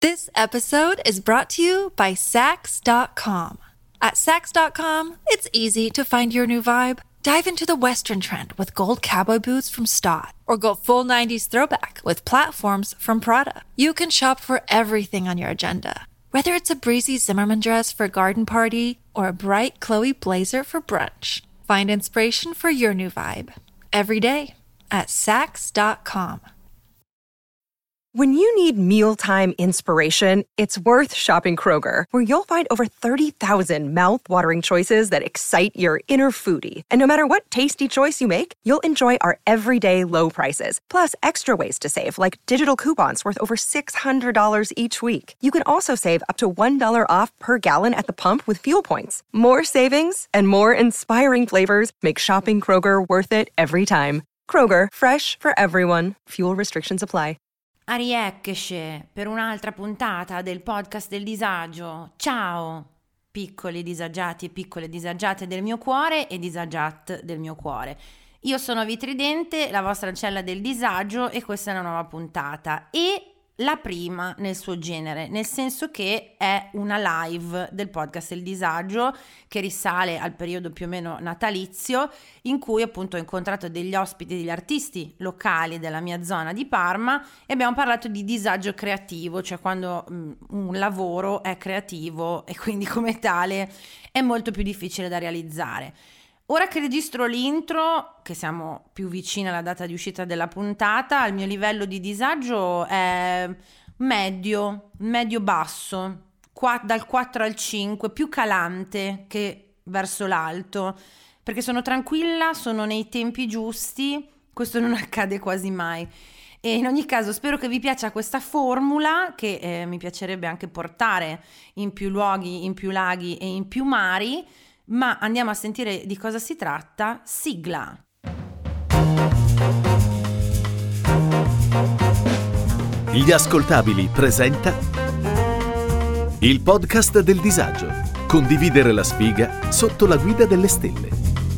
This episode is brought to you by Sax.com. At Sax.com, it's easy to find your new vibe. Dive into the Western trend with gold cowboy boots from Stott, or go full 90s throwback with platforms from Prada. You can shop for everything on your agenda, whether it's a breezy Zimmermann dress for a garden party or a bright Chloe blazer for brunch. Find inspiration for your new vibe every day at Sax.com. When you need mealtime inspiration, it's worth shopping Kroger, where you'll find over 30,000 mouth-watering choices that excite your inner foodie. And no matter what tasty choice you make, you'll enjoy our everyday low prices, plus extra ways to save, like digital coupons worth over $600 each week. You can also save up to $1 off per gallon at the pump with fuel points. More savings and more inspiring flavors make shopping Kroger worth it every time. Kroger, fresh for everyone. Fuel restrictions apply. A rieccoci per un'altra puntata del podcast del disagio. Ciao, piccoli disagiati e piccole disagiate del mio cuore e disagiat del mio cuore. Io sono Vitridente, la vostra ancella del disagio, e questa è una nuova puntata. E la prima nel suo genere, nel senso che è una live del podcast Il Disagio che risale al periodo più o meno natalizio, in cui appunto ho incontrato degli ospiti, degli artisti locali della mia zona di Parma, e abbiamo parlato di disagio creativo, cioè quando un lavoro è creativo e quindi come tale è molto più difficile da realizzare. Ora che registro l'intro, che siamo più vicini alla data di uscita della puntata, il mio livello di disagio è medio-basso, dal 4 al 5, più calante che verso l'alto, perché sono tranquilla, sono nei tempi giusti, questo non accade quasi mai. E in ogni caso spero che vi piaccia questa formula, che mi piacerebbe anche portare in più luoghi, in più laghi e in più mari. Ma andiamo a sentire di cosa si tratta. Sigla. Gli Ascoltabili presenta il podcast del disagio. Condividere la sfiga sotto la guida delle stelle.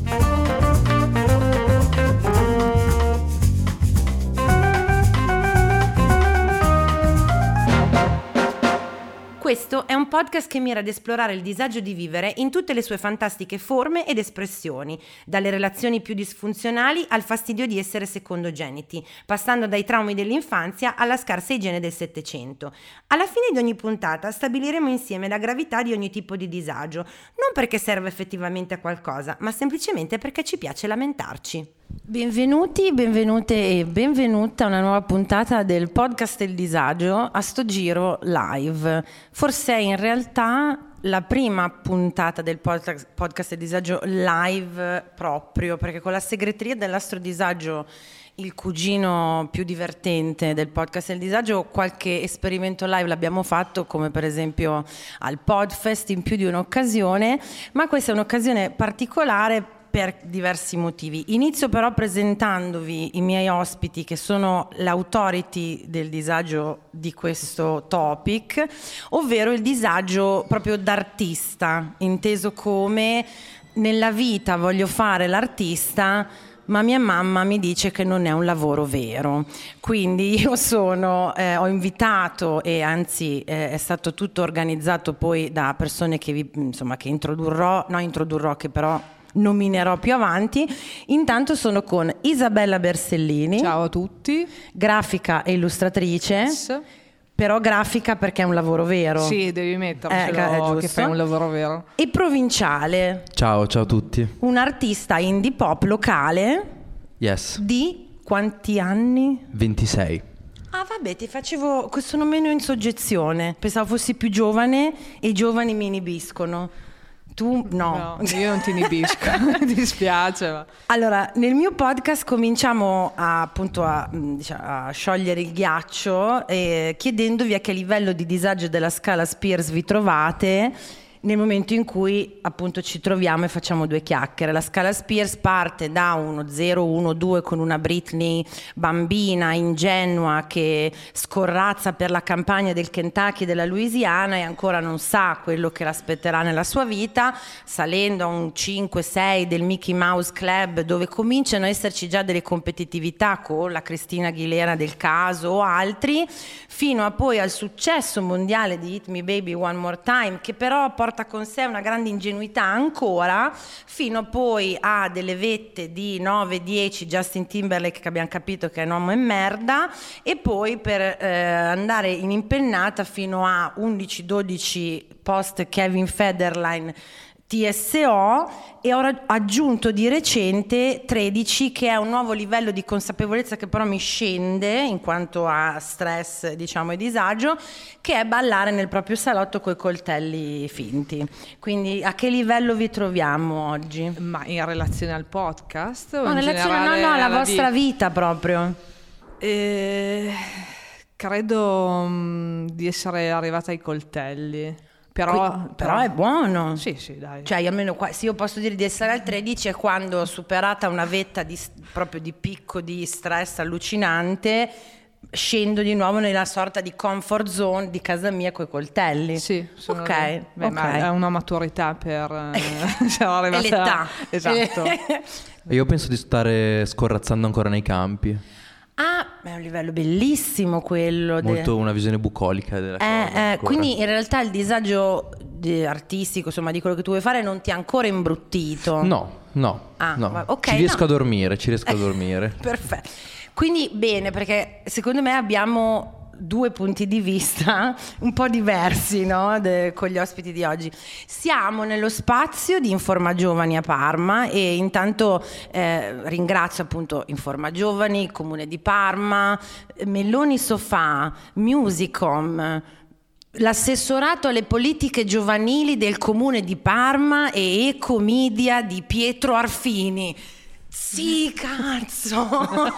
Questo è un podcast che mira ad esplorare il disagio di vivere in tutte le sue fantastiche forme ed espressioni, dalle relazioni più disfunzionali al fastidio di essere secondogeniti, passando dai traumi dell'infanzia alla scarsa igiene del Settecento. Alla fine di ogni puntata stabiliremo insieme la gravità di ogni tipo di disagio, non perché serve effettivamente a qualcosa, ma semplicemente perché ci piace lamentarci. Benvenuti, benvenute e benvenuta a una nuova puntata del podcast del disagio, a sto giro live. Forse è in realtà la prima puntata del podcast del disagio live proprio, perché con la segreteria dell'Astro Disagio, il cugino più divertente del podcast del disagio, qualche esperimento live l'abbiamo fatto, come per esempio al Podfest in più di un'occasione, ma questa è un'occasione particolare per diversi motivi. Inizio però presentandovi i miei ospiti, che sono l'authority del disagio di questo topic, ovvero il disagio proprio d'artista, inteso come nella vita voglio fare l'artista, ma mia mamma mi dice che non è un lavoro vero. Quindi io ho invitato, e anzi è stato tutto organizzato poi da persone che che però nominerò più avanti. Intanto sono con Isabella Bersellini. Ciao a tutti. Grafica e illustratrice. Yes. Però grafica perché è un lavoro vero. Sì, devi mettercelo che fai un lavoro vero. E Provinciale. Ciao a tutti. Un artista indie pop locale. Yes. Di quanti anni? 26. Ah vabbè, ti facevo questo meno in soggezione. Pensavo fossi più giovane e i giovani mi inibiscono. Tu no. Io non ti inibisco, mi dispiace. Ma. Allora, nel mio podcast cominciamo a sciogliere il ghiaccio, chiedendovi a che livello di disagio della scala Spears vi trovate nel momento in cui appunto ci troviamo e facciamo due chiacchiere. La Scala Spears parte da uno 0-1-2 con una Britney bambina, ingenua, che scorrazza per la campagna del Kentucky e della Louisiana e ancora non sa quello che l'aspetterà nella sua vita, salendo a un 5-6 del Mickey Mouse Club, dove cominciano a esserci già delle competitività con la Christina Aguilera del caso o altri, fino a poi al successo mondiale di Hit Me Baby One More Time, che però porta con sé una grande ingenuità ancora, fino poi a delle vette di 9-10 Justin Timberlake, che abbiamo capito che è un uomo e merda, e poi per andare in impennata fino a 11-12 post Kevin Federline TSO, e ho aggiunto di recente 13, che è un nuovo livello di consapevolezza che però mi scende in quanto a stress, diciamo, e disagio, che è ballare nel proprio salotto coi coltelli finti. Quindi a che livello vi troviamo oggi? Ma in relazione al podcast o No, in generale alla alla vostra vita proprio. Credo di essere arrivata ai coltelli. Però è buono. Sì, dai. Cioè, almeno qua, se io posso dire di essere al 13 è quando, superata una vetta proprio di picco di stress allucinante, scendo di nuovo nella sorta di comfort zone di casa mia coi coltelli. Sì, ok. Ma è una maturità per È l'età. Esatto. Io penso di stare scorrazzando ancora nei campi. Ah, è un livello bellissimo quello. Molto una visione bucolica della cosa. Quindi in realtà il disagio artistico, insomma, di quello che tu vuoi fare non ti ha ancora imbruttito? No. Okay, ci riesco a dormire. Perfetto. Quindi bene, perché secondo me abbiamo due punti di vista un po' diversi, no? Con gli ospiti di oggi. Siamo nello spazio di Informa Giovani a Parma e intanto ringrazio appunto Informa Giovani, Comune di Parma, Melloni Sofà, Musicom, l'assessorato alle politiche giovanili del Comune di Parma e Ecomedia di Pietro Arfini. Sì, cazzo!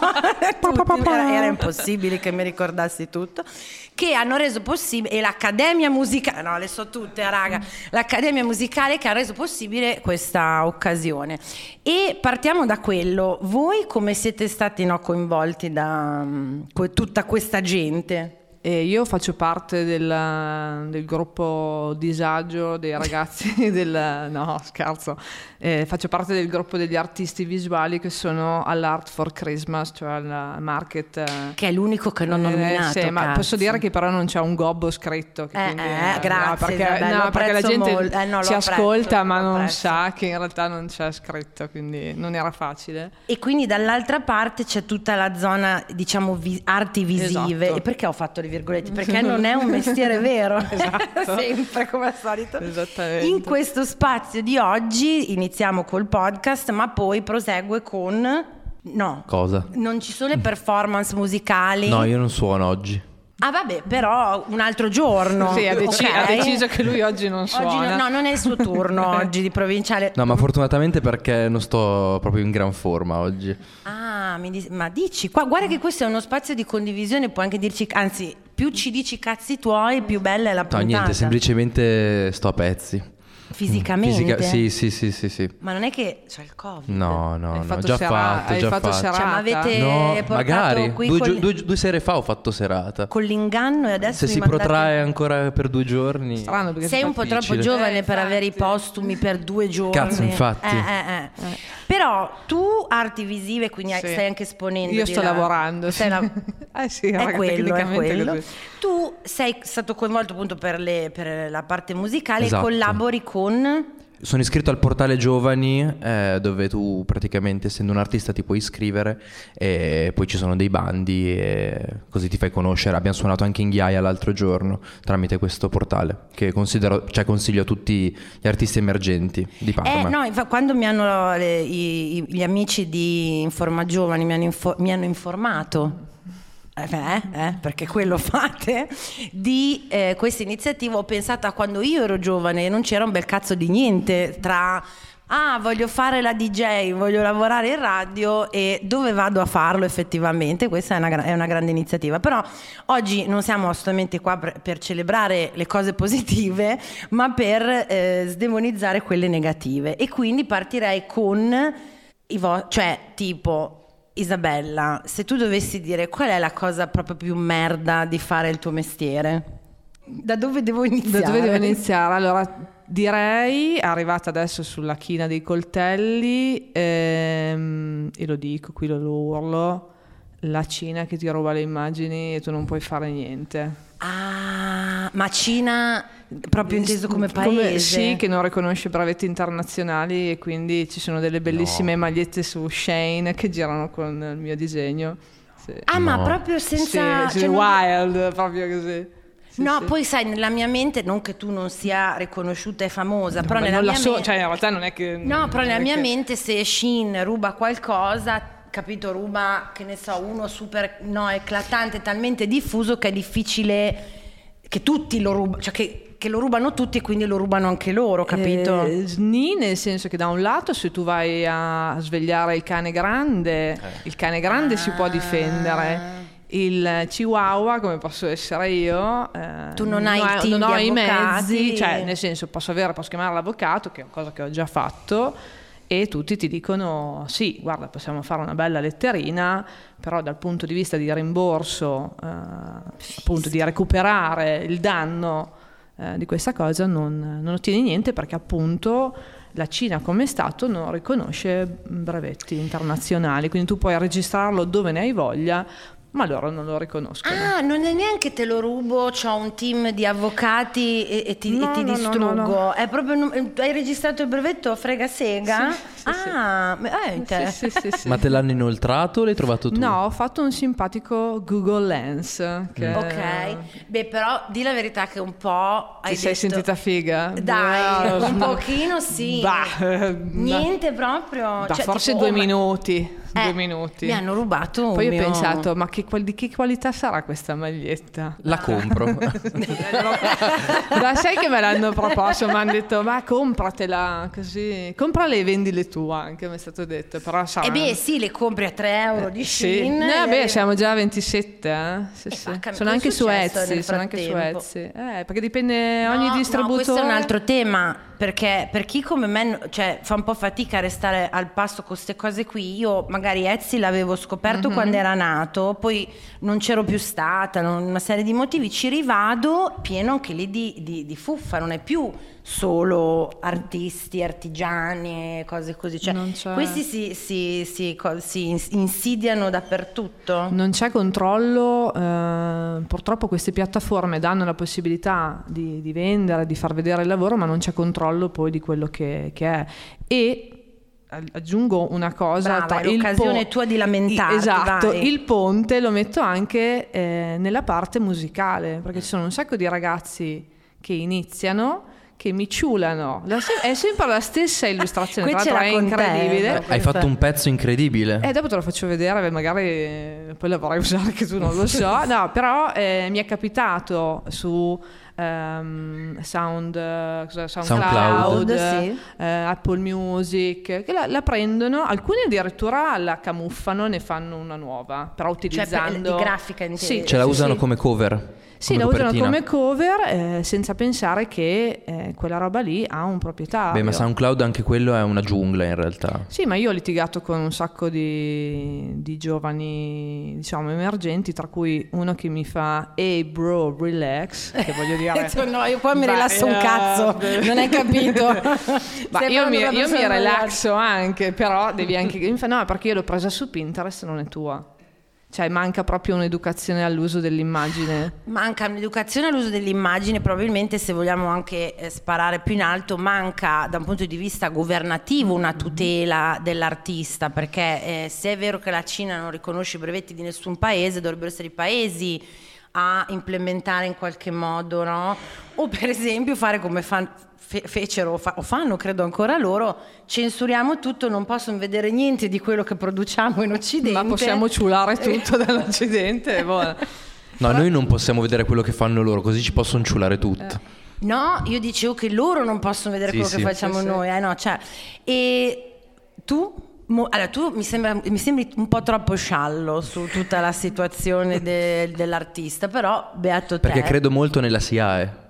Era impossibile che mi ricordassi tutto. Che hanno reso possibile, e l'Accademia Musicale, no, le so tutte, raga, l'Accademia Musicale che ha reso possibile questa occasione. E partiamo da quello. Voi come siete stati coinvolti da tutta questa gente? Io faccio parte del gruppo disagio dei ragazzi no, scherzo. Faccio parte del gruppo degli artisti visuali che sono all'Art for Christmas, cioè al market. Che è l'unico che non ho nominato. Sì, ma posso dire che però non c'è un gobbo scritto. Che grazie. Perché la gente ci ascolta ma non apprezzo. sa che in realtà non c'è scritto, quindi non era facile. E quindi dall'altra parte c'è tutta la zona, diciamo, arti visive. Esatto. E perché ho fatto le virgolette? Perché non è un mestiere vero. Esatto. Sempre come al solito. Esattamente. In questo spazio di oggi iniziamo col podcast, ma poi prosegue con... No. Cosa? Non ci sono le performance musicali? No, io non suono oggi. Ah vabbè, però un altro giorno. Sì, ha Okay. deciso che lui oggi non suona. No, non è il suo turno oggi di provinciale. No, ma fortunatamente perché non sto proprio in gran forma oggi. Ah, ma dici, guarda che questo è uno spazio di condivisione, puoi anche dirci, anzi, più ci dici i cazzi tuoi, più bella è la puntata. No, niente, semplicemente sto a pezzi. Fisicamente? Sì. Ma non è che c'è il Covid? No, Hai già fatto. serata? Cioè, ma avete No, portato magari qui due sere fa ho fatto serata. con l'inganno e adesso Se mi si mandate... protrae ancora per 2 giorni. Strano, perché Sei un po' troppo difficile. giovane per avere i postumi per 2 giorni. Cazzo, infatti. Però tu arti visive, quindi Sì. stai anche esponendo. Io sto lavorando. Stai Sì, è raga, quello. tecnicamente così. Tu sei stato coinvolto appunto per la parte musicale. Esatto. E collabori con... Sono iscritto al portale Giovani, dove tu praticamente, essendo un artista, ti puoi iscrivere e poi ci sono dei bandi e così ti fai conoscere. Abbiamo suonato anche in Ghiaia l'altro giorno tramite questo portale che consiglio a tutti gli artisti emergenti di Parma. No, quando mi hanno gli amici di Informa Giovani mi hanno informato, perché quello fate, di questa iniziativa, ho pensato a quando io ero giovane e non c'era un bel cazzo di niente tra voglio fare la DJ, voglio lavorare in radio, e dove vado a farlo effettivamente? Questa è una grande iniziativa. Però oggi non siamo assolutamente qua per celebrare le cose positive, ma per sdemonizzare quelle negative. E quindi partirei con cioè tipo... Isabella, se tu dovessi dire qual è la cosa proprio più merda di fare il tuo mestiere, da dove devo iniziare? Da dove devo iniziare? Allora, direi, arrivata adesso sulla china dei coltelli, e lo dico, qui lo urlo, la Cina che ti ruba le immagini e tu non puoi fare niente. Ah, ma Cina proprio inteso come paese? Sì, che non riconosce brevetti internazionali, e quindi ci sono delle bellissime magliette su Shein che girano con il mio disegno. Sì. Ma proprio senza... Sì, cioè, wild, proprio così. Sì, no, sì. poi sai, nella mia mente, non che tu non sia riconosciuta e famosa, però nella mia mente... cioè in realtà non è che... No, però nella mia mente, se Shein ruba qualcosa, capito, ruba, che ne so, uno super eclatante, talmente diffuso che è difficile che tutti lo rubano, cioè che lo rubano tutti e quindi lo rubano anche loro, capito? Nì, nel senso che da un lato se tu vai a svegliare il cane grande si può difendere. Il chihuahua, come posso essere io, tu non hai il team non ho di i avvocati. mezzi, cioè nel senso posso chiamare l'avvocato, che è una cosa che ho già fatto, e tutti ti dicono sì, guarda, possiamo fare una bella letterina, però dal punto di vista di rimborso, appunto di recuperare il danno di questa cosa non ottieni niente, perché appunto la Cina come Stato non riconosce brevetti internazionali, quindi tu puoi registrarlo dove ne hai voglia, ma loro non lo riconoscono. Non è neanche te lo rubo, c'ho un team di avvocati e ti distruggo. No. È proprio, hai registrato il brevetto, frega sega? Sì. Ma te l'hanno inoltrato o l'hai trovato tu? No, ho fatto un simpatico Google Lens. Ok, beh, però di la verità che un po' hai Ti sei sentita figa? Dai, un pochino sì. Niente proprio. Cioè, forse tipo, 2 minuti. 2 minuti. Mi hanno rubato. Poi ho pensato, ma di che qualità sarà questa maglietta? La compro. Sai che me l'hanno proposto, mi hanno detto ma compratela così, comprale e vendile tu anche, mi è stato detto. Però sì, le compri a 3 euro di Shein. Siamo già a 27, Sì. Sono anche su Etsy, perché dipende ogni distributore. Questo è un altro tema, perché per chi come me, cioè, fa un po' fatica a restare al passo con queste cose qui. Io magari Etsy l'avevo scoperto quando era nato, poi non c'ero più stata, una serie di motivi, ci rivado pieno anche lì di fuffa, non è più solo artisti, artigiani e cose così, cioè questi si insidiano dappertutto. Non c'è controllo, purtroppo queste piattaforme danno la possibilità di vendere, di far vedere il lavoro, ma non c'è controllo poi di quello che è. E aggiungo una cosa, brava, l'occasione tua di lamentarti. Esatto, vai. Il ponte lo metto anche nella parte musicale, perché ci sono un sacco di ragazzi che iniziano, che mi ciulano, è sempre la stessa illustrazione, tra l'altro è incredibile. Hai fatto un pezzo incredibile. Dopo te lo faccio vedere, magari poi la vorrai usare che tu non lo so. No, però mi è capitato su SoundCloud, sì. Apple Music, che la prendono, alcuni addirittura la camuffano, ne fanno una nuova, però utilizzando di grafica intesa. Sì, ce la usano come cover. Sì, la usano come cover, senza pensare che quella roba lì ha un proprietario. Beh, ma SoundCloud anche quello è una giungla in realtà. Sì, ma io ho litigato con un sacco di giovani, diciamo, emergenti, tra cui uno che mi fa "Hey bro, relax", che voglio dire... No, io poi mi rilasso un cazzo, non hai capito? Ma io mi relaxo anche, però devi anche... No, perché io l'ho presa su Pinterest, non è tua. Cioè manca proprio un'educazione all'uso dell'immagine. Manca un'educazione all'uso dell'immagine, probabilmente, se vogliamo anche sparare più in alto, manca da un punto di vista governativo una tutela dell'artista, perché se è vero che la Cina non riconosce i brevetti di nessun paese, dovrebbero essere i paesi a implementare in qualche modo, no? O per esempio fare come fecero o fanno, credo ancora loro, censuriamo tutto, non possono vedere niente di quello che produciamo in Occidente. Ma possiamo ciulare tutto dall'Occidente? No, noi non possiamo vedere quello che fanno loro, così ci possono ciulare tutto. No, io dicevo che loro non possono vedere quello che facciamo noi, no, cioè. E tu? Allora, tu mi sembri un po' troppo sciallo su tutta la situazione dell'artista, però beato te. Perché credo molto nella SIAE.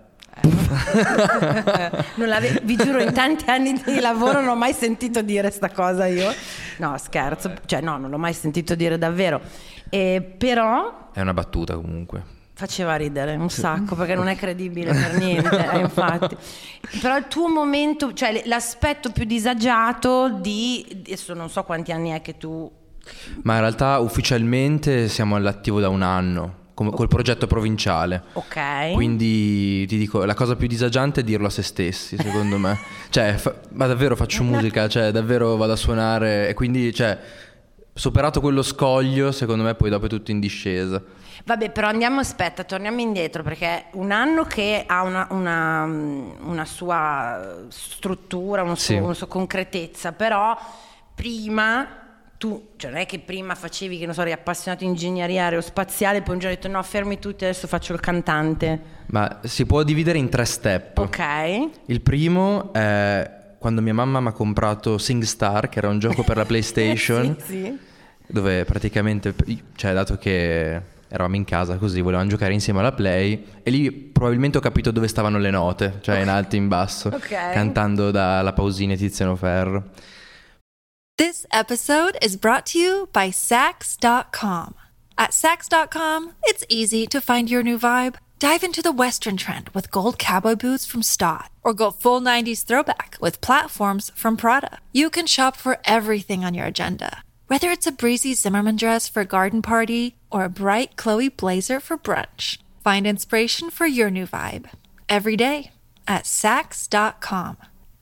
Vi giuro, in tanti anni di lavoro non ho mai sentito dire sta cosa io. No, scherzo, cioè no, non l'ho mai sentito dire davvero. Però è una battuta comunque. Faceva ridere un sacco perché non è credibile per niente, infatti. Però il tuo momento, cioè l'aspetto più disagiato adesso non so quanti anni è che tu... Ma in realtà ufficialmente siamo all'attivo da un anno. Col progetto provinciale. Ok. Quindi ti dico, la cosa più disagiante è dirlo a se stessi, secondo me. Cioè, ma davvero faccio musica, cioè davvero vado a suonare e quindi, cioè, superato quello scoglio, secondo me poi dopo è tutto in discesa. Vabbè, però torniamo indietro, perché un anno che ha una sua struttura, una sua concretezza, però prima... Tu, cioè non è che prima facevi, che non so, eri appassionato di ingegneria aerospaziale, poi un giorno hai detto no, fermi tutti, adesso faccio il cantante. Ma si può dividere in 3 step. Ok. Il primo è quando mia mamma mi ha comprato SingStar, che era un gioco per la PlayStation, sì. Dove praticamente, cioè dato che eravamo in casa così, volevamo giocare insieme alla Play, e lì probabilmente ho capito dove stavano le note, cioè in alto e in basso, cantando dalla pausina Tiziano Ferro. This episode is brought to you by Sax.com. At Sax.com, it's easy to find your new vibe. Dive into the Western trend with gold cowboy boots from Stott, or go full 90s throwback with platforms from Prada. You can shop for everything on your agenda, whether it's a breezy Zimmermann dress for a garden party or a bright Chloe blazer for brunch. Find inspiration for your new vibe every day at Sax.com.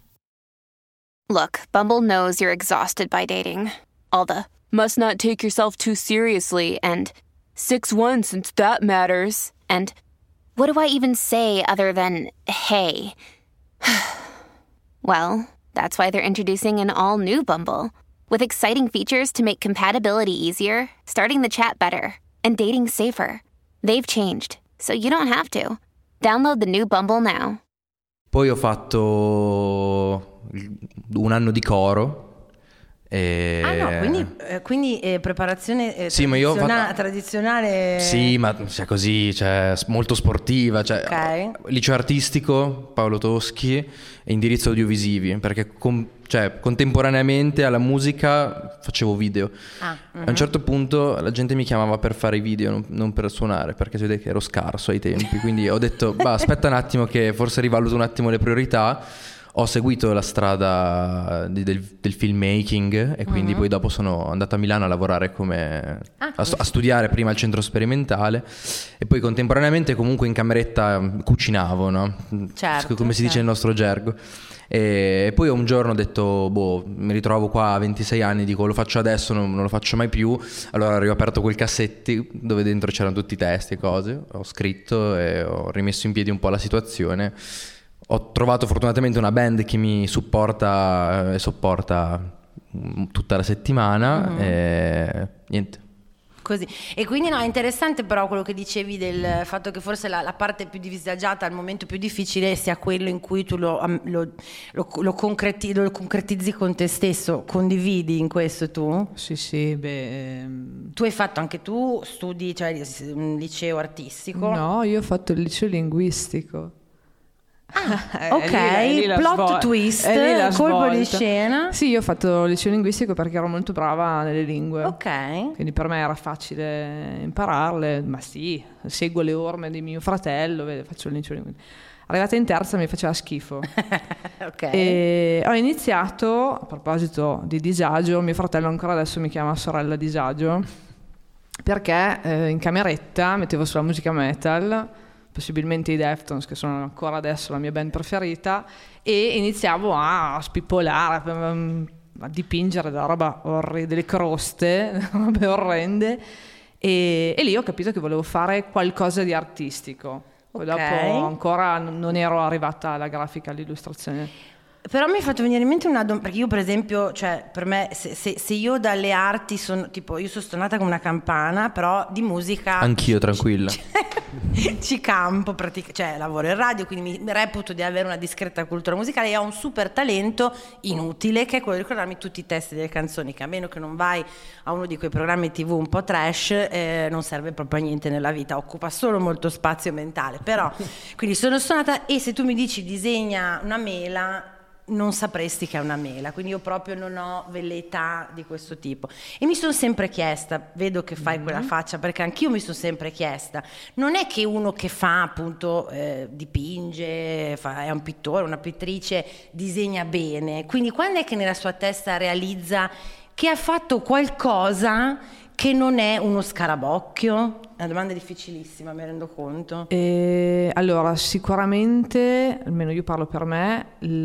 Look, Bumble knows you're exhausted by dating. All the must not take yourself too seriously and 6'1" since that matters. And what do I even say other than hey? Well, that's why they're introducing an all-new Bumble with exciting features to make compatibility easier, starting the chat better, and dating safer. They've changed, so you don't have to. Download the new Bumble now. Poi ho fatto un anno di coro. Quindi preparazione sì, ma io tradizionale. Sì, ma sia così, cioè molto sportiva, cioè liceo artistico Paolo Toschi e indirizzo audiovisivi, perché contemporaneamente alla musica facevo video. A un certo punto la gente mi chiamava per fare i video, non per suonare, perché si vede che ero scarso ai tempi, quindi ho detto aspetta un attimo che forse rivaluto un attimo le priorità. Ho seguito la strada del filmmaking e quindi poi dopo sono andato a Milano a lavorare a studiare prima al centro sperimentale e poi contemporaneamente comunque in cameretta cucinavo, no? Certo, come si dice nel nostro gergo. E poi un giorno ho detto mi ritrovo qua a 26 anni, dico lo faccio adesso, non lo faccio mai più. Allora ho riaperto quel cassetti dove dentro c'erano tutti i testi e cose, ho scritto e ho rimesso in piedi un po' la situazione. Ho trovato fortunatamente una band che mi supporta e sopporta tutta la settimana e niente. Così. E quindi è interessante però quello che dicevi del fatto che forse la parte più disagiata, il momento più difficile sia quello in cui tu lo concretizzi con te stesso. Condividi in questo tu? Sì, Tu hai fatto anche tu studi, cioè un liceo artistico? No, io ho fatto il liceo linguistico. Ok, plot twist, colpo di scena. Sì, io ho fatto il liceo linguistico perché ero molto brava nelle lingue. Ok. Quindi per me era facile impararle, ma sì, seguo le orme di mio fratello, faccio il liceo linguistico. Arrivata in terza mi faceva schifo. Ok. E ho iniziato, a proposito di disagio, mio fratello ancora adesso mi chiama sorella disagio, perché in cameretta mettevo sulla musica metal, possibilmente i Deftones, che sono ancora adesso la mia band preferita, e iniziavo a spippolare, a dipingere della roba delle croste, robe orrende, e lì ho capito che volevo fare qualcosa di artistico. Poi dopo ancora non ero arrivata alla grafica, all'illustrazione. Però mi hai fatto venire in mente una domanda, perché io per esempio, cioè per me se io dalle arti sono tipo, io sono stonata come una campana, però di musica Anch'io, tranquilla. ci campo, cioè lavoro in radio, quindi mi reputo di avere una discreta cultura musicale e ho un super talento inutile che è quello di ricordarmi tutti i testi delle canzoni, che a meno che non vai a uno di quei programmi TV un po' trash, non serve proprio a niente nella vita, occupa solo molto spazio mentale. Però quindi sono stonata, e se tu mi dici disegna una mela non sapresti che è una mela, quindi io proprio non ho velleità di questo tipo. E mi sono sempre chiesta, vedo che fai quella faccia, perché anch'io mi sono sempre chiesta, non è che uno che fa appunto dipinge, è un pittore, una pittrice, disegna bene, quindi quando è che nella sua testa realizza che ha fatto qualcosa che non è uno scarabocchio? È una domanda difficilissima, mi rendo conto. Allora, sicuramente, almeno io parlo per me,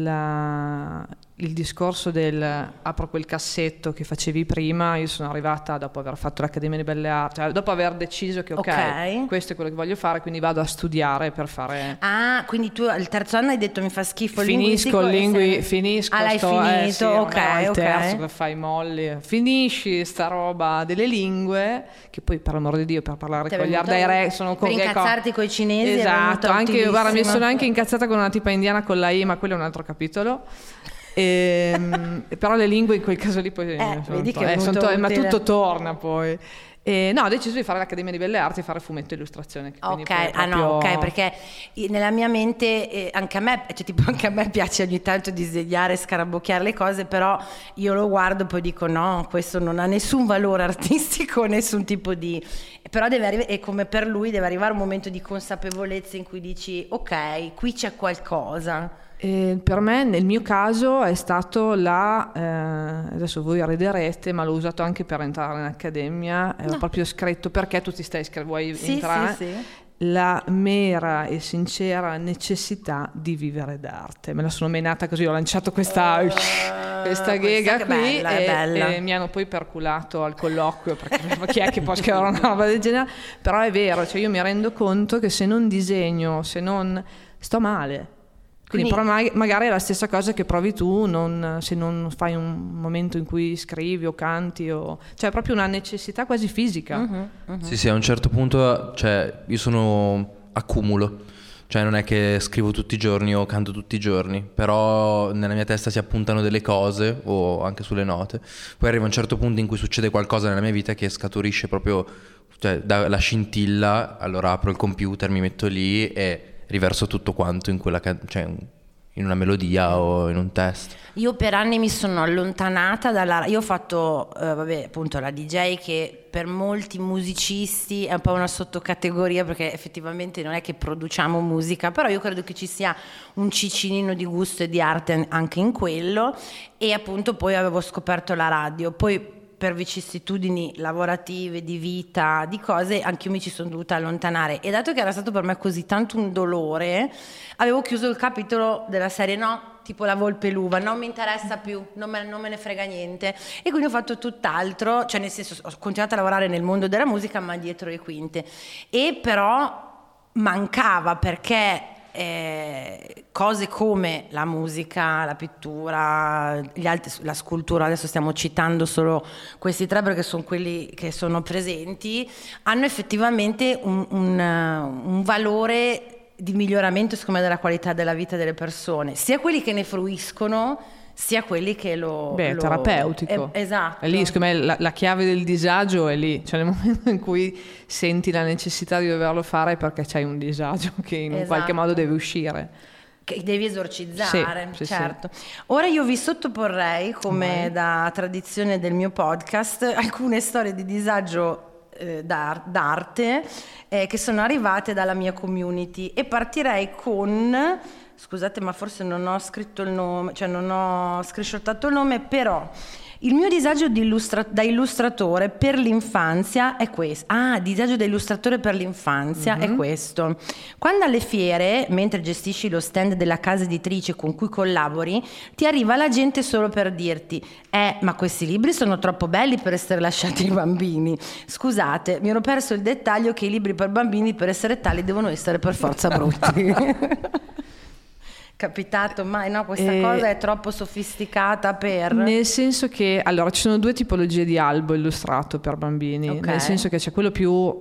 il discorso del apro quel cassetto che facevi prima, io sono arrivata dopo aver fatto l'Accademia di Belle Arti, cioè dopo aver deciso che ok, questo è quello che voglio fare, quindi vado a studiare per fare... Ah, quindi tu al terzo anno hai detto mi fa schifo il finisco linguistico. Finisco, l'hai finito, sì, ok. Il terzo che fai molli, finisci sta roba delle lingue, che poi per l'amor di Dio per parlare con gli art direct sono per incazzarti con i cinesi. Esatto, anche, guarda, mi sono anche incazzata con una tipa indiana con la I, ma quello è un altro capitolo. Però le lingue in quel caso lì poi vedi che ma tutto torna poi. No, ho deciso di fare l'Accademia di Belle Arti e fare fumetto e illustrazione. Ok, perché nella mia mente anche a me piace ogni tanto disegnare, scarabocchiare le cose, però io lo guardo e poi dico no, questo non ha nessun valore artistico, nessun tipo di... Però deve arrivare, e come per lui deve arrivare un momento di consapevolezza in cui dici ok, qui c'è qualcosa. Per me nel mio caso è stato adesso voi riderete, ma l'ho usato anche per entrare in accademia, ho proprio scritto perché tu ti stai vuoi entrare, sì. La mera e sincera necessità di vivere d'arte, me la sono menata così, ho lanciato questa ghega qui e mi hanno poi perculato al colloquio perché chi è che può scrivere una roba del genere, però è vero, cioè io mi rendo conto che se non disegno, se non sto male. Quindi però magari è la stessa cosa che provi tu se non fai un momento in cui scrivi o canti, cioè è proprio una necessità quasi fisica. Sì, a un certo punto, cioè io sono accumulo, cioè non è che scrivo tutti i giorni o canto tutti i giorni, però nella mia testa si appuntano delle cose o anche sulle note, poi arriva un certo punto in cui succede qualcosa nella mia vita che scaturisce proprio, cioè dalla scintilla, allora apro il computer, mi metto lì e riverso tutto quanto in quella cioè in una melodia o in un testo. Io per anni mi sono allontanata io ho fatto appunto la DJ, che per molti musicisti è un po' una sottocategoria perché effettivamente non è che produciamo musica, però io credo che ci sia un cicinino di gusto e di arte anche in quello, e appunto poi avevo scoperto la radio, poi per vicissitudini lavorative, di vita, di cose, anche io mi ci sono dovuta allontanare, e dato che era stato per me così tanto un dolore, avevo chiuso il capitolo della serie tipo La Volpe e l'Uva, non mi interessa più, non me ne frega niente, e quindi ho fatto tutt'altro, cioè nel senso ho continuato a lavorare nel mondo della musica ma dietro le quinte, e però mancava perché cose come la musica, la pittura, la scultura, adesso stiamo citando solo questi tre perché sono quelli che sono presenti, hanno effettivamente un valore di miglioramento secondo me della qualità della vita delle persone, sia quelli che ne fruiscono sia quelli che terapeutico. Esatto. È lì, secondo me la chiave del disagio è lì, cioè nel momento in cui senti la necessità di doverlo fare perché c'hai un disagio che in qualche modo deve uscire, che devi esorcizzare, sì, certo. Sì. Ora io vi sottoporrei, come da tradizione del mio podcast, alcune storie di disagio d'arte che sono arrivate dalla mia community, e partirei con... Scusate, ma forse non ho scritto il nome, cioè non ho screenshottato il nome, però il mio disagio da illustratore per l'infanzia è questo. Disagio da illustratore per l'infanzia è questo. Quando alle fiere, mentre gestisci lo stand della casa editrice con cui collabori, ti arriva la gente solo per dirti ma questi libri sono troppo belli per essere lasciati ai bambini. Scusate, mi ero perso il dettaglio che i libri per bambini, per essere tali, devono essere per forza brutti. capitato mai? No, questa cosa è troppo sofisticata per... Nel senso che, allora, ci sono 2 tipologie di albo illustrato per bambini, nel senso che c'è quello più,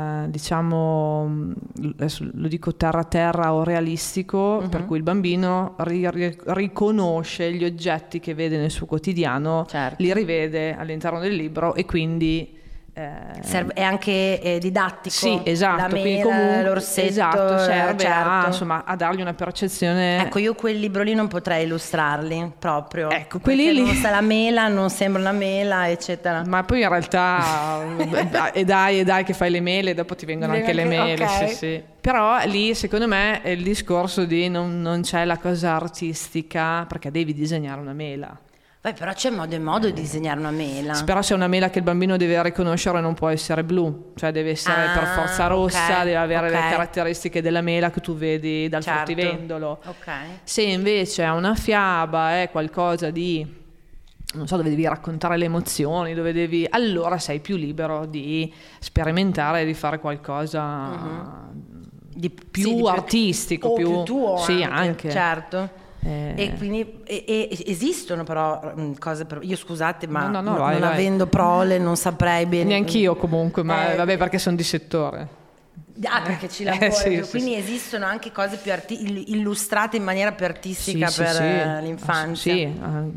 diciamo, adesso lo dico terra o realistico, per cui il bambino riconosce gli oggetti che vede nel suo quotidiano, li rivede all'interno del libro e quindi... è anche didattico. Sì, esatto, la quindi mela, comunque, l'orsetto, esatto, serve certo. insomma, a dargli una percezione. Ecco, io quel libro lì non potrei illustrarli proprio. Ecco, quelli lì non sa la mela, non sembra una mela, eccetera. Ma poi in realtà e dai che fai le mele, dopo ti vengono anche le mele, okay. sì. Però lì secondo me è il discorso di non c'è la cosa artistica, perché devi disegnare una mela. Beh, però c'è modo e modo di disegnare una mela. Però c'è una mela che il bambino deve riconoscere, non può essere blu, cioè deve essere per forza rossa, deve avere le caratteristiche della mela che tu vedi dal fruttivendolo. Se invece è una fiaba, è qualcosa di, non so, dove devi raccontare le emozioni, allora sei più libero di sperimentare e di fare qualcosa di più artistico, o più tuo, sì, anche. Certo. E quindi esistono però cose io scusate ma no, non avendo prole non saprei bene. Neanch'io comunque, ma vabbè, perché sono di settore. Perché ci lavoro quindi sì. esistono anche cose più illustrate in maniera più artistica per l'infanzia. Sì,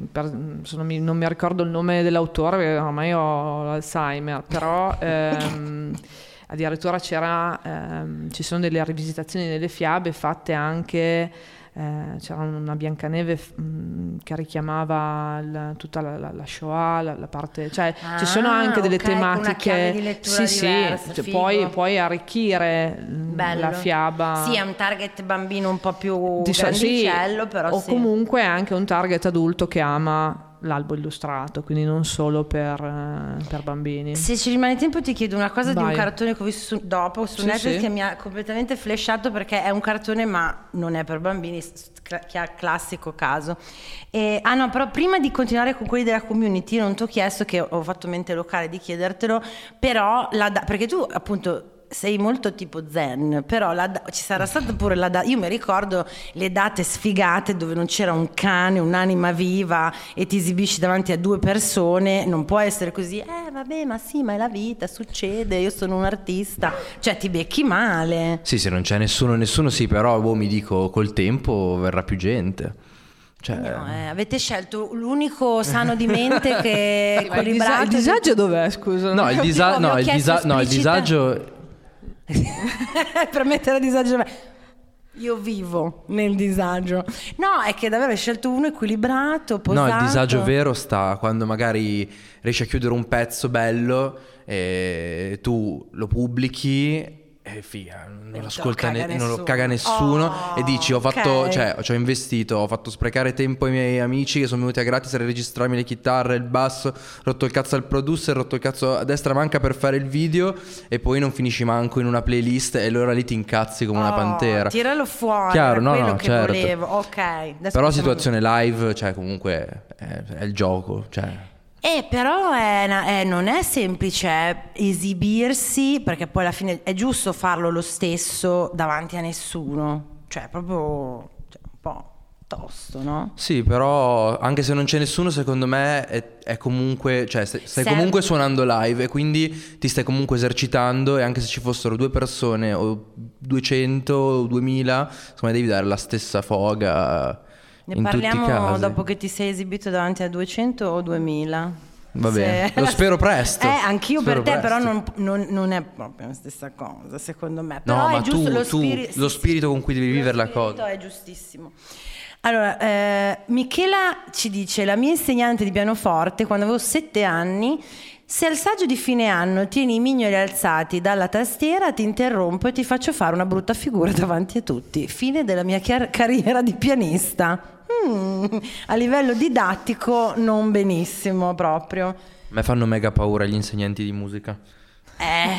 non mi ricordo il nome dell'autore perché ormai ho l'Alzheimer, però addirittura ci sono delle rivisitazioni delle fiabe fatte anche. C'era una Biancaneve che richiamava tutta la Shoah, la parte, cioè ci sono anche delle tematiche, una di lettura diversa, puoi arricchire la fiaba. Sì, è un target bambino un po' più grandicello, però o comunque è anche un target adulto che ama l'albo illustrato, quindi non solo per bambini. Se ci rimane tempo ti chiedo una cosa. Vai. Di un cartone che ho visto dopo su Netflix che mi ha completamente flashato, perché è un cartone ma non è per bambini, classico caso. No, però prima di continuare con quelli della community non ti ho chiesto, che ho fatto mente locale di chiedertelo, però perché tu appunto sei molto tipo zen, però ci sarà stata pure io mi ricordo le date sfigate dove non c'era un cane, un'anima viva e ti esibisci davanti a 2 persone, non può essere così, vabbè, ma sì, ma è la vita, succede, io sono un artista, cioè ti becchi male. Sì, se non c'è nessuno sì, però mi dico col tempo verrà più gente. Cioè... No, avete scelto l'unico sano di mente che equilibrato. Il disagio dov'è, scusa? No, il disagio per mettere a disagio io vivo nel disagio. No, è che davvero hai scelto uno equilibrato, posato. No, il disagio vero sta quando magari riesci a chiudere un pezzo bello e tu lo pubblichi e figa, non lo ascolta non lo caga nessuno e dici ho fatto, cioè ci ho investito, ho fatto sprecare tempo ai miei amici che sono venuti a gratis a registrarmi le chitarre, il basso, rotto il cazzo al producer, rotto il cazzo a destra manca per fare il video e poi non finisci manco in una playlist e allora lì ti incazzi come una pantera. Tiralo fuori. Chiaro, no, che certo. Volevo. Però situazione live, cioè comunque è il gioco, cioè. Però non è semplice esibirsi, perché poi alla fine è giusto farlo lo stesso davanti a nessuno, cioè proprio un po' tosto, no? Sì, però anche se non c'è nessuno, secondo me è comunque, cioè stai comunque suonando live e quindi ti stai comunque esercitando, e anche se ci fossero 2 persone o 200 o 2000, insomma devi dare la stessa foga. Ne parliamo dopo che ti sei esibito davanti a 200 o 2000? Va bene, lo spero presto. Anch'io spero per te, presto. Però non è proprio la stessa cosa, secondo me. Però no, è ma giusto lo spirito con cui devi vivere la cosa. È giustissimo. Allora, Michela ci dice: la mia insegnante di pianoforte, quando avevo 7 anni, se al saggio di fine anno tieni i mignoli alzati dalla tastiera, ti interrompo e ti faccio fare una brutta figura davanti a tutti. Fine della mia carriera di pianista. A livello didattico non benissimo proprio. A me fanno mega paura gli insegnanti di musica.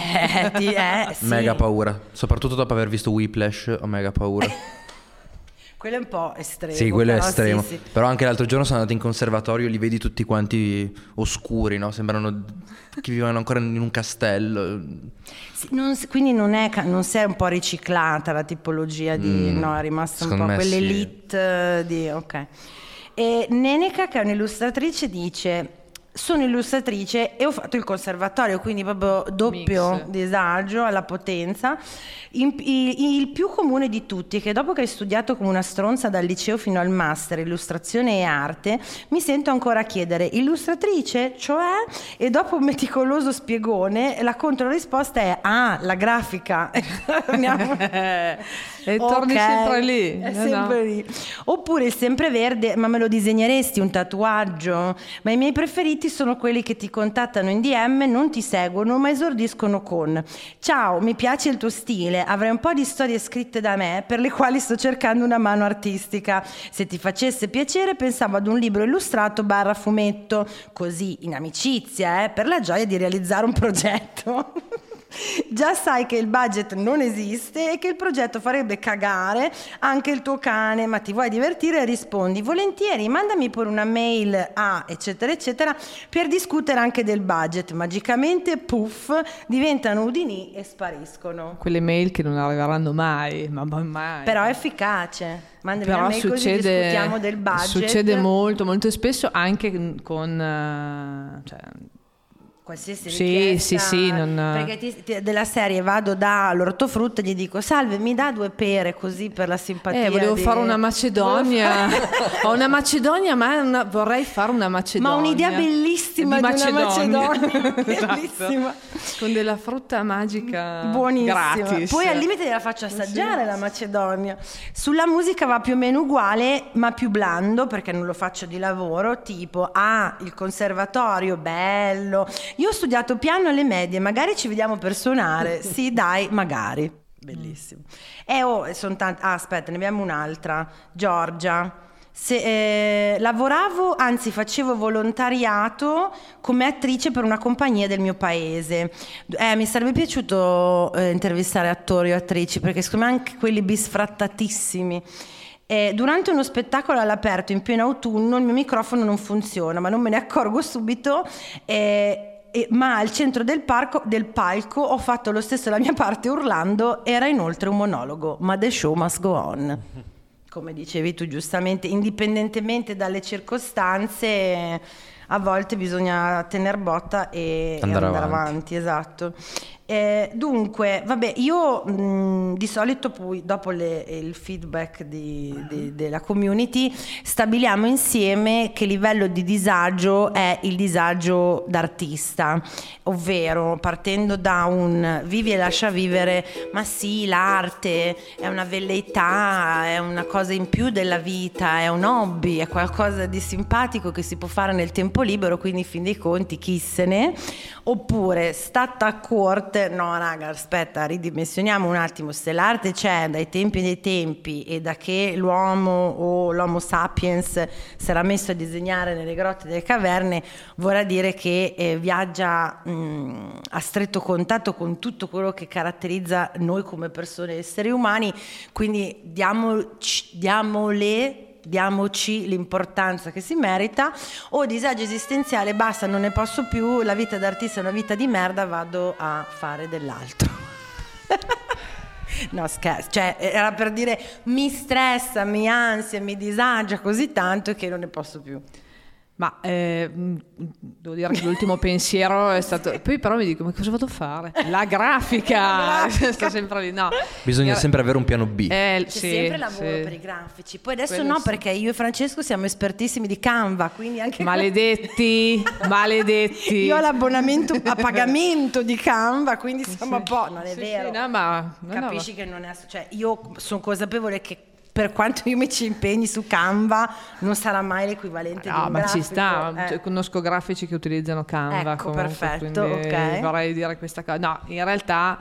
Sì. Mega paura, soprattutto dopo aver visto Whiplash, ho mega paura. Quello è un po' estremo. Sì, quello è però estremo. sì. Però anche l'altro giorno sono andato in conservatorio, li vedi tutti quanti oscuri, no? Sembrano che vivano ancora in un castello. Sì, quindi non si è un po' riciclata la tipologia di... no, è rimasta un secondo po' me quell'elite di... Ok. E Neneca, che è un'illustratrice, dice: sono illustratrice e ho fatto il conservatorio, quindi proprio doppio Mix. disagio alla potenza. Il più comune di tutti è che dopo che hai studiato come una stronza dal liceo fino al master illustrazione e arte, mi sento ancora a chiedere: illustratrice? Cioè? E dopo un meticoloso spiegone la controrisposta è: ah, la grafica. E torni sempre lì. È sempre lì. Oppure il sempreverde: ma me lo disegneresti un tatuaggio? Ma i miei preferiti sono quelli che ti contattano in DM, non ti seguono, ma esordiscono con: ciao, mi piace il tuo stile, avrei un po' di storie scritte da me per le quali sto cercando una mano artistica. Se ti facesse piacere, pensavo ad un libro illustrato / fumetto, così in amicizia, per la gioia di realizzare un progetto. Già sai che il budget non esiste e che il progetto farebbe cagare anche il tuo cane, ma ti vuoi divertire? Rispondi volentieri, mandami pure una mail a eccetera eccetera per discutere anche del budget. Magicamente puff, diventano udini e spariscono. Quelle mail che non arriveranno mai, ma mai. Però è efficace. Mandami una Però mail così discutiamo del budget. Succede molto, molto spesso anche con... cioè, qualsiasi sì, richiesta, sì, non... perché della serie vado dall'ortofrutta e gli dico: salve, mi dà 2 pere così per la simpatia. Volevo fare una Macedonia. Ho una Macedonia, ma vorrei fare una Macedonia. Ma un'idea bellissima di una Macedonia. Bellissima. Esatto. Con della frutta magica buonissima. gratis. Poi al limite gliela faccio assaggiare la Macedonia. Sulla musica va più o meno uguale, ma più blando, perché non lo faccio di lavoro, tipo il conservatorio, bello. Io ho studiato piano alle medie, magari ci vediamo per suonare. Sì, dai, magari. Bellissimo. Sono tanti. Aspetta, ne abbiamo un'altra. Giorgia. Lavoravo, anzi facevo volontariato come attrice per una compagnia del mio paese. Mi sarebbe piaciuto intervistare attori o attrici, perché secondo me anche quelli bisfrattatissimi. Durante uno spettacolo all'aperto in pieno autunno il mio microfono non funziona, ma non me ne accorgo subito. Ma al centro del palco ho fatto lo stesso la mia parte urlando. Era inoltre un monologo, ma the show must go on. Come dicevi tu giustamente, indipendentemente dalle circostanze, a volte bisogna tener botta e andare avanti. Esatto. Dunque, vabbè, io di solito poi dopo il feedback della community stabiliamo insieme che livello di disagio è il disagio d'artista, ovvero partendo da un vivi e lascia vivere, ma sì, l'arte è una velleità, è una cosa in più della vita, è un hobby, è qualcosa di simpatico che si può fare nel tempo libero, quindi in fin dei conti chi se ne. Oppure stata a corte, no raga, aspetta, ridimensioniamo un attimo, se l'arte c'è dai tempi dei tempi e da che l'uomo o l'homo sapiens si era messo a disegnare nelle grotte delle caverne, vorrà dire che viaggia a stretto contatto con tutto quello che caratterizza noi come persone e esseri umani, quindi diamoci l'importanza che si merita. O disagio esistenziale, basta, non ne posso più, la vita d'artista è una vita di merda, vado a fare dell'altro. No, scherzo, cioè era per dire mi stressa, mi ansia, mi disagia così tanto che non ne posso più. Ma devo dire che l'ultimo pensiero è stato... Poi però mi dico, ma cosa vado a fare? La grafica! Sto sempre lì, no. Bisogna sempre avere un piano B. C'è sempre lavoro per i grafici. Poi adesso quello no, perché io e Francesco siamo espertissimi di Canva, quindi anche... Maledetti! Io ho l'abbonamento a pagamento di Canva, quindi siamo a po'... Non è vero. No, ma... Capisci che non è... Cioè, io sono consapevole che per quanto io mi ci impegni su Canva non sarà mai l'equivalente di un ma grafico. ci sta, conosco grafici che utilizzano Canva, ecco, comunque, perfetto, ok, vorrei dire questa cosa. No, in realtà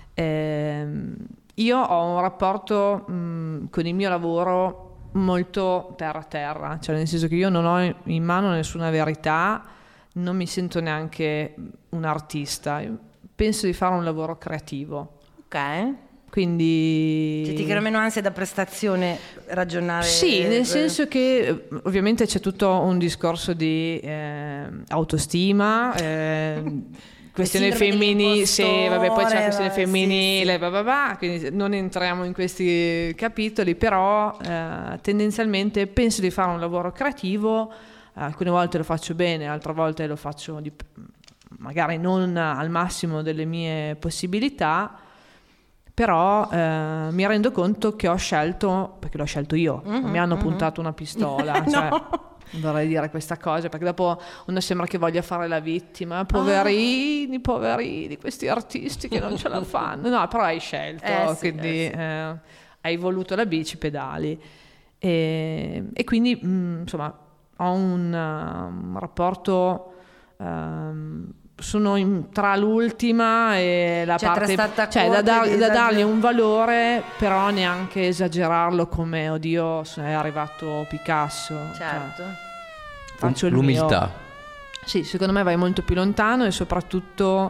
io ho un rapporto con il mio lavoro molto terra, cioè nel senso che io non ho in mano nessuna verità, non mi sento neanche un artista, io penso di fare un lavoro creativo. Ok. Quindi ti crea meno ansia da prestazione ragionare. Sì, nel senso che ovviamente c'è tutto un discorso di autostima, questione femminile, sì, vabbè, poi c'è la questione femminile, sì. Quindi non entriamo in questi capitoli, però tendenzialmente penso di fare un lavoro creativo, alcune volte lo faccio bene, altre volte lo faccio magari non al massimo delle mie possibilità, però mi rendo conto che ho scelto, perché l'ho scelto io, non mi hanno puntato una pistola, cioè, vorrei dire questa cosa, perché dopo uno sembra che voglia fare la vittima, poverini, questi artisti che non ce la fanno. No, però hai scelto, quindi hai voluto la bici, pedali. E quindi, insomma, ho un rapporto... sono tra l'ultima e la parte, cioè da dargli un valore, però neanche esagerarlo come oddio è arrivato Picasso. Certo. Cioè, faccio l'umiltà. mio. Sì, secondo me vai molto più lontano e soprattutto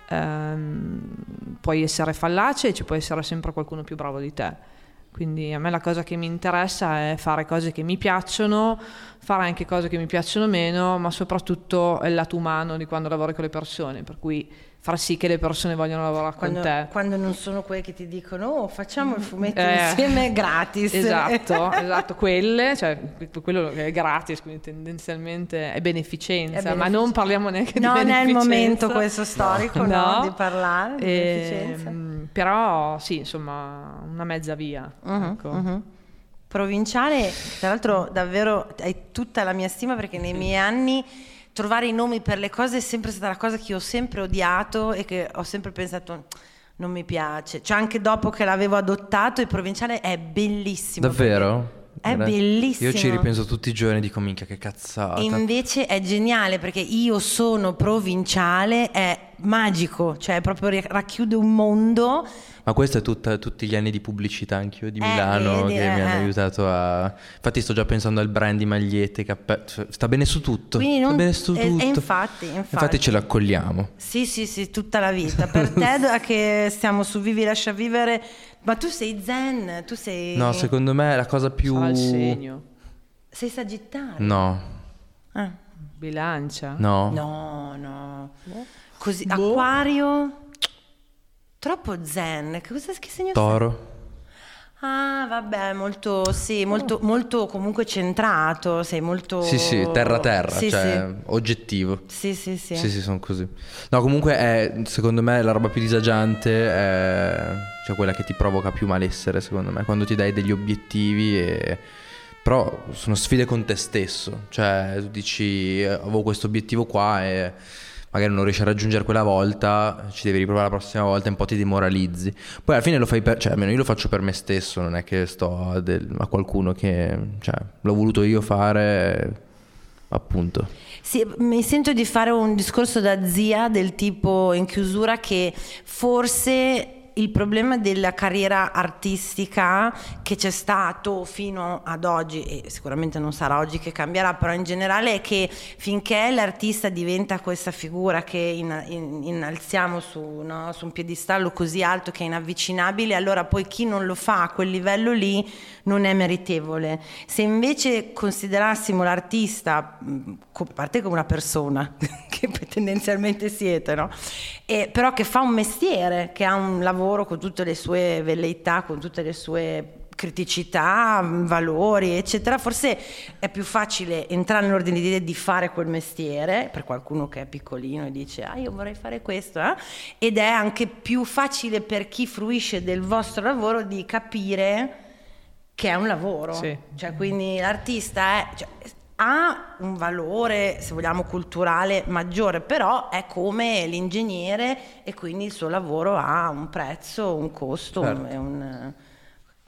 puoi essere fallace e ci può essere sempre qualcuno più bravo di te. Quindi a me la cosa che mi interessa è fare cose che mi piacciono, fare anche cose che mi piacciono meno, ma soprattutto è il lato umano di quando lavori con le persone, per cui far sì che le persone vogliano lavorare con te. Quando non sono quelle che ti dicono facciamo il fumetto insieme gratis. Esatto, quelle, cioè quello che è gratis, quindi tendenzialmente è beneficenza, ma non parliamo neanche di beneficenza. Non è il momento questo storico di parlare di beneficenza. Però sì, insomma, una mezza via. Ecco. Provinciale, tra l'altro davvero hai tutta la mia stima, perché nei miei anni trovare i nomi per le cose è sempre stata la cosa che io ho sempre odiato e che ho sempre pensato non mi piace, cioè anche dopo che l'avevo adottato il provinciale è bellissimo. Davvero? È bellissimo. Io ci ripenso tutti i giorni e dico minchia che cazzata. E invece è geniale perché io sono provinciale, è magico, cioè proprio racchiude un mondo. Ma questo è tutti gli anni di pubblicità anch'io di Milano che mi hanno aiutato a... Infatti sto già pensando al brand di magliette, cappelli, sta bene su tutto. Quindi sta bene su tutto. Infatti ce l'accogliamo. Sì, tutta la vita. Per te che stiamo su Vivi Lascia Vivere, ma tu sei zen, tu sei... No, secondo me la cosa più... Sarà il segno. Sei Sagittario? No. Bilancia? No. Così, Acquario... Troppo zen, che segno Toro. Ah, vabbè, molto comunque centrato, sei molto... Sì, terra, cioè oggettivo. Sì, sono così. No, comunque secondo me la roba più disagiante è cioè quella che ti provoca più malessere, secondo me, quando ti dai degli obiettivi però sono sfide con te stesso, cioè tu dici avevo questo obiettivo qua e magari non riesci a raggiungere quella volta, ci devi riprovare la prossima volta e un po' ti demoralizzi. Poi alla fine lo fai cioè almeno io lo faccio per me stesso, non è che sto a qualcuno che, cioè, l'ho voluto io fare, appunto. Sì, mi sento di fare un discorso da zia del tipo in chiusura che forse il problema della carriera artistica che c'è stato fino ad oggi, e sicuramente non sarà oggi che cambierà, però in generale è che finché l'artista diventa questa figura che innalziamo su un piedistallo così alto che è inavvicinabile, allora poi chi non lo fa a quel livello lì non è meritevole. Se invece considerassimo l'artista, a parte come una persona che tendenzialmente siete, no? Però che fa un mestiere, che ha un lavoro con tutte le sue velleità, con tutte le sue criticità, valori, eccetera, forse è più facile entrare nell'ordine di idee di fare quel mestiere per qualcuno che è piccolino e dice io vorrei fare questo, ed è anche più facile per chi fruisce del vostro lavoro di capire che è un lavoro, sì. Cioè quindi l'artista ha un valore, se vogliamo, culturale maggiore, però è come l'ingegnere e quindi il suo lavoro ha un prezzo, un costo, certo.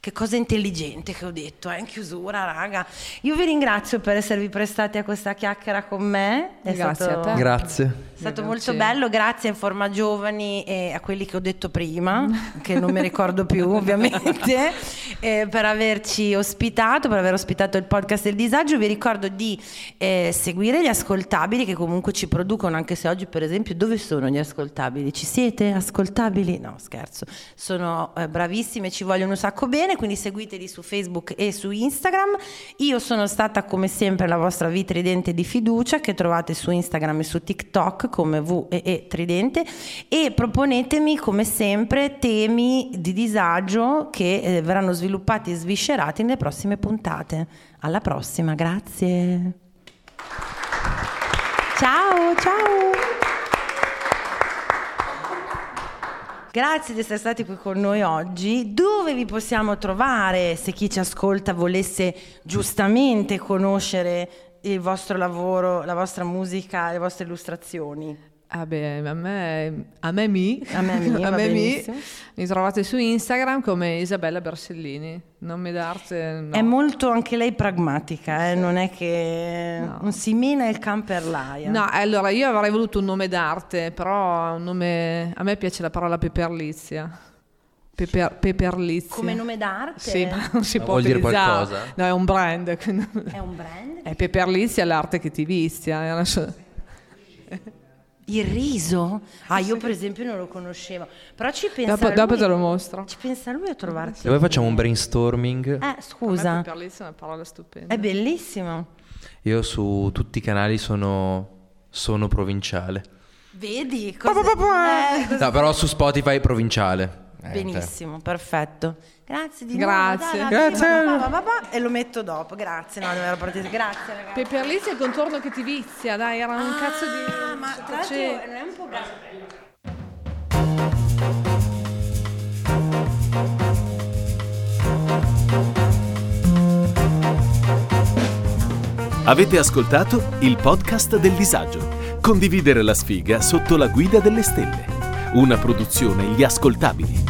Che cosa intelligente che ho detto, in chiusura, raga. Io vi ringrazio per esservi prestati a questa chiacchiera con me. Grazie a te. Grazie. È stato molto bello, grazie a Informa Giovani e a quelli che ho detto prima, che non mi ricordo più ovviamente, per averci ospitato, per aver ospitato il podcast del disagio. Vi ricordo di seguire gli ascoltabili che comunque ci producono, anche se oggi per esempio dove sono gli ascoltabili? Ci siete ascoltabili? No, scherzo, sono bravissimi e ci vogliono un sacco bene, quindi seguiteli su Facebook e su Instagram. Io sono stata come sempre la vostra V Tridente di fiducia, che trovate su Instagram e su TikTok come VE Tridente, e proponetemi come sempre temi di disagio che verranno sviluppati e sviscerati nelle prossime puntate. Alla prossima, grazie. Ciao. Grazie di essere stati qui con noi oggi. Dove vi possiamo trovare se chi ci ascolta volesse giustamente conoscere il vostro lavoro, la vostra musica, le vostre illustrazioni? A me mi trovate su Instagram come Isabella Bersellini, nome d'arte no. È molto anche lei pragmatica, non è che non si mina il can per l'aia. No, allora io avrei voluto un nome d'arte, però un nome, a me piace la parola peperlizia. Peperlizia. Come nome d'arte? Sì, ma non si può vuol dire utilizzare. qualcosa? No, è un brand. È un brand? È peperlizia, l'arte che ti vizia. Il riso? Io per esempio non lo conoscevo, però ci pensa Dopo lui, te lo mostro. ci pensa lui a trovarti. Se vuoi facciamo un brainstorming. Scusa, Peperlizia è una parola stupenda. è bellissimo. Io su tutti i canali sono provinciale. Vedi? No, però su Spotify provinciale. Benissimo, perfetto. Grazie di Grazie. nuovo. Grazie. E lo metto dopo. Grazie, no, dovevo partire. Grazie ragazzi. Peperlizia è il contorno che ti vizia, dai, era un cazzo di... Ma tra l'altro non è un po' Avete ascoltato il podcast del disagio. Condividere la sfiga sotto la guida delle stelle. Una produzione Gli Ascoltabili.